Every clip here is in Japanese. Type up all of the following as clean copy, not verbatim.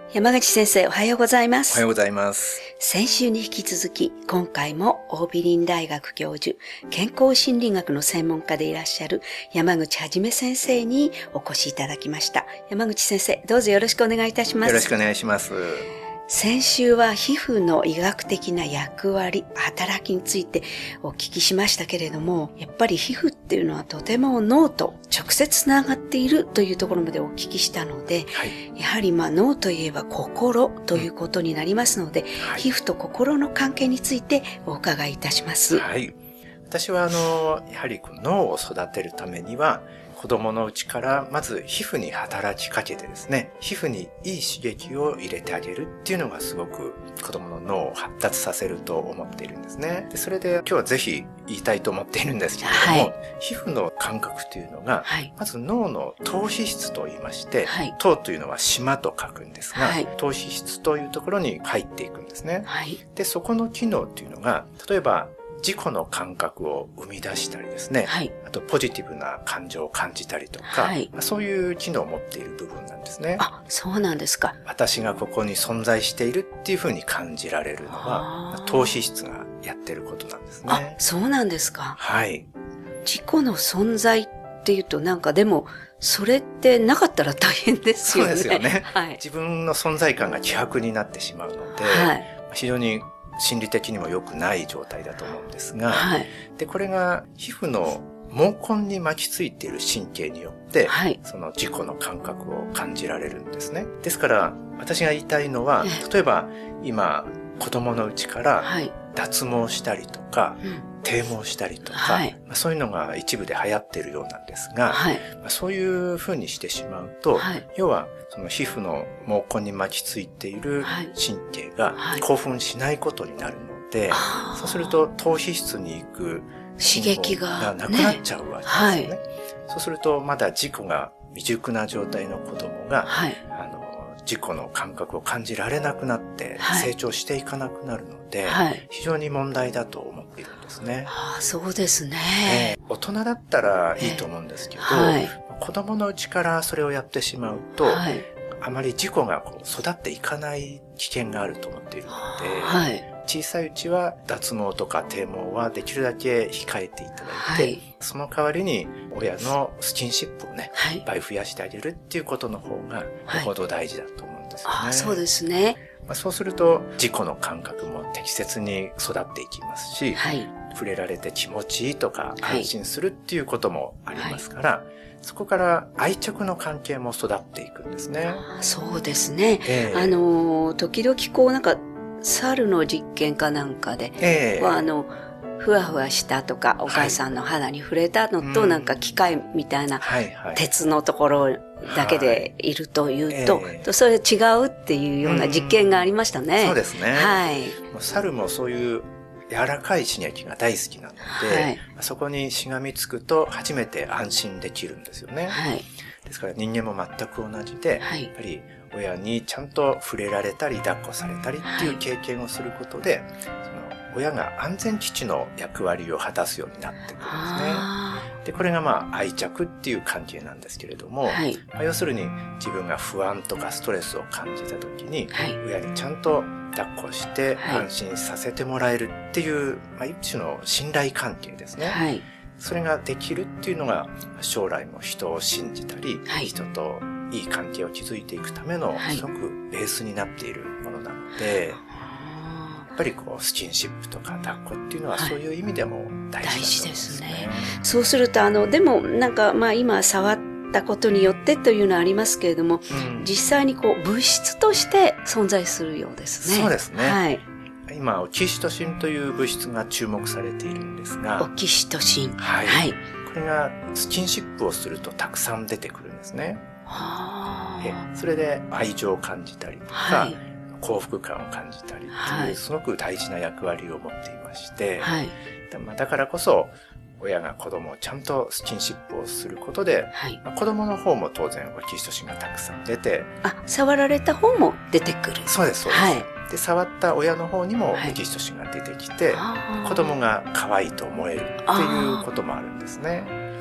山口先生、おはようございます。 おはようございます。 先週に引き続き、今回も桜美林大学教授、健康心理学の専門家でいらっしゃる山口は先生にお越しいただきました。山口先生、どうぞよろしくお願いいたします。 よろしくお願いします。 先週は皮膚の医学的な役割、働きについてお聞きしましたけれども、やっぱり皮膚っていうのはとても脳と直接つながっているというところまでお聞きしたので、はい、やはり脳といえば心ということになりますので、はい、皮膚と心の関係についてお伺いいたします。 はい。私はやはり脳を育てるためには、子供のうちからまず皮膚に働きかけてですね、皮膚にいい刺激を入れてあげるっていうのがすごく子供の脳を発達させると思っているんですね。でそれで今日はぜひ言いたいと思っているんですけれども、はい、皮膚の感覚というのが、はい、まず脳の透皮質と言いまして、はい、透というのは島と書くんですが、はい、透皮質というところに入っていくんですね。はい、でそこの機能というのが、例えば自己の感覚を生み出したりですね。はい、あとポジティブな感情を感じたりとか、はい、そういう機能を持っている部分なんですね。 あ、そうなんですか。 私がここに存在しているっていうふうに感じられるのは、透皮質がやってることなんですね。 あ、そうなんですか。 はい。 自己の存在っていうとでも、それってなかったら大変ですよね。 そうですよね。はい、自分の存在感が希薄になってしまうので、はい、非常に心理的にも良くない状態だと思うんですが、はい、でこれが皮膚の毛根に巻きついている神経によって、はい、その自己の感覚を感じられるんですね。ですから私が言いたいのは、例えば今子供のうちから脱毛したりとか、剃毛したりとか、はい、そういうのが一部で流行っているようなんですが、はい、そういう風にしてしまうと、はい、要はその皮膚の毛根に巻きついている神経が興奮しないことになるので、はい、そうすると頭皮質に行く刺激がなくなっちゃうわけですよね。はい、そうするとまだ自己が未熟な状態の子供が、はい、自己の感覚を感じられなくなって成長していかなくなるので、はい、非常に問題だと思っているんですね。 ああ、そうですね。 大人だったらいいと思うんですけど、はい、子供のうちからそれをやってしまうと、はい、あまり自己が育っていかない危険があると思っているので、はい、小さいうちは脱毛とか剃毛はできるだけ控えていただいて、はい、その代わりに親のスキンシップをね、はい、いっぱい増やしてあげるっていうことの方がよほど大事だと思うんですよね。 はい、あ、そうですね。 そうすると自己の感覚も適切に育っていきますし、はい、触れられて気持ちいいとか安心するっていうこともありますから、はい、そこから愛着の関係も育っていくんですね。 そうですね。時々猿の実験かなんかで、ふわふわしたとか、お母さんの肌に触れたのと、機械みたいな、鉄のところだけでいるというと、それ違うっていうような実験がありましたね。 そうですね。 はい。 猿もそういう柔らかい刺激が大好きなので、はい、そこにしがみつくと初めて安心できるんですよね。はい、ですから人間も全く同じで、はい、やっぱり親にちゃんと触れられたり抱っこされたりっていう経験をすることで、その親が安全基地の役割を果たすようになってくるんですね。で、これが愛着っていう関係なんですけれども、はい、要するに自分が不安とかストレスを感じた時に、はい、親にちゃんと抱っこして安心させてもらえるっていう、一種の信頼関係ですね。はい、それができるっていうのが将来も人を信じたり、はい、人といい関係を築いていくためのすごくベースになっているものなので、やっぱりスキンシップとか抱っこっていうのはそういう意味でも大事だと思いますね。大事ですね。 そうするとでも今触ったことによってというのはありますけれども、実際に物質として存在するようですね。 そうですね。 はい。 今オキシトシンという物質が注目されているんですが、 オキシトシン。 はい。はい、これがスキンシップをするとたくさん出てくるんですね。それで愛情を感じたりとか、はい、幸福感を感じたりっていうすごく大事な役割を持っていまして、はい、だからこそ親が子供をちゃんとスキンシップをすることで、はい、子供の方も当然オキシトシンがたくさん出て、 触られた方も出てくる。 そうですそうです。はい、で触った親の方にもオキシトシンが出てきて、子供が可愛いと思えるっていうこともあるんですね。 オ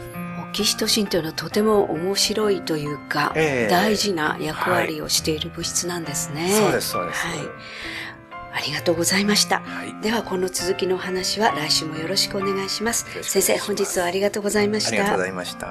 オキシトシンというのはとても面白いというか、大事な役割をしている物質なんですね。 そうです、そうです。 ありがとうございました。ではこの続きのお話は来週もよろしくお願いします。先生、本日はありがとうございました。 ありがとうございました。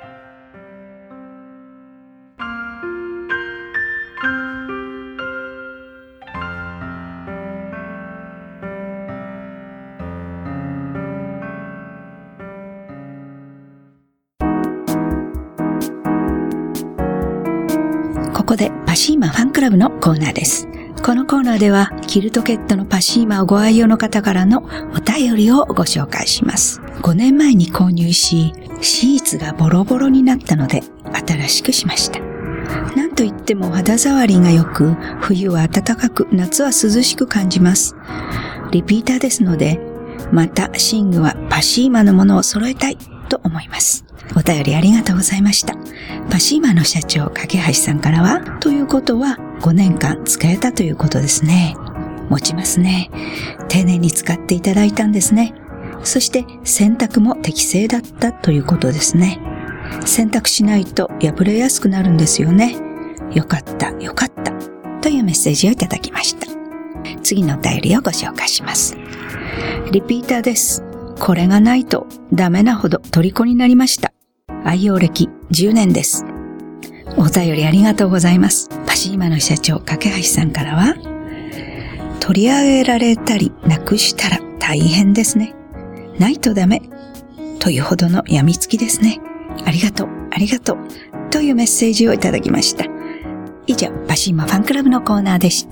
ここでパシーマファンクラブのコーナーです。このコーナーではキルトケットのパシーマをご愛用の方からのお便りをご紹介します。5年前に購入し、シーツがボロボロになったので新しくしました。なんといっても肌触りが良く、冬は暖かく夏は涼しく感じます。リピーターですので、また寝具はパシーマのものを揃えたいと思います。お便りありがとうございました。パシーマの社長、架橋さんからは、ということは5年間使えたということですね。持ちますね。丁寧に使っていただいたんですね。そして洗濯も適正だったということですね。洗濯しないと破れやすくなるんですよね。よかった、よかった。というメッセージをいただきました。次のお便りをご紹介します。リピーターです。これがないとダメなほど虜になりました。愛用歴10年です。お便りありがとうございます。パシーマの社長、架橋さんからは、取り上げられたりなくしたら大変ですね。ないとダメ。というほどの病みつきですね。ありがとう、ありがとう。というメッセージをいただきました。以上、パシーマファンクラブのコーナーでした。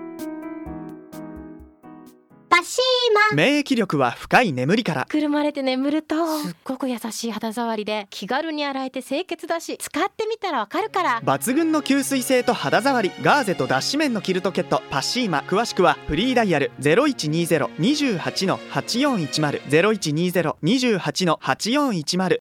パシーマ。 免疫力は深い眠りから。 くるまれて眠るとすっごく優しい肌触りで気軽に洗えて清潔だし、使ってみたらわかるから。 抜群の吸水性と肌触り、ガーゼと脱脂綿のキルトケットパシーマ。詳しくはフリーダイヤル 0120-28-8410 0120-28-8410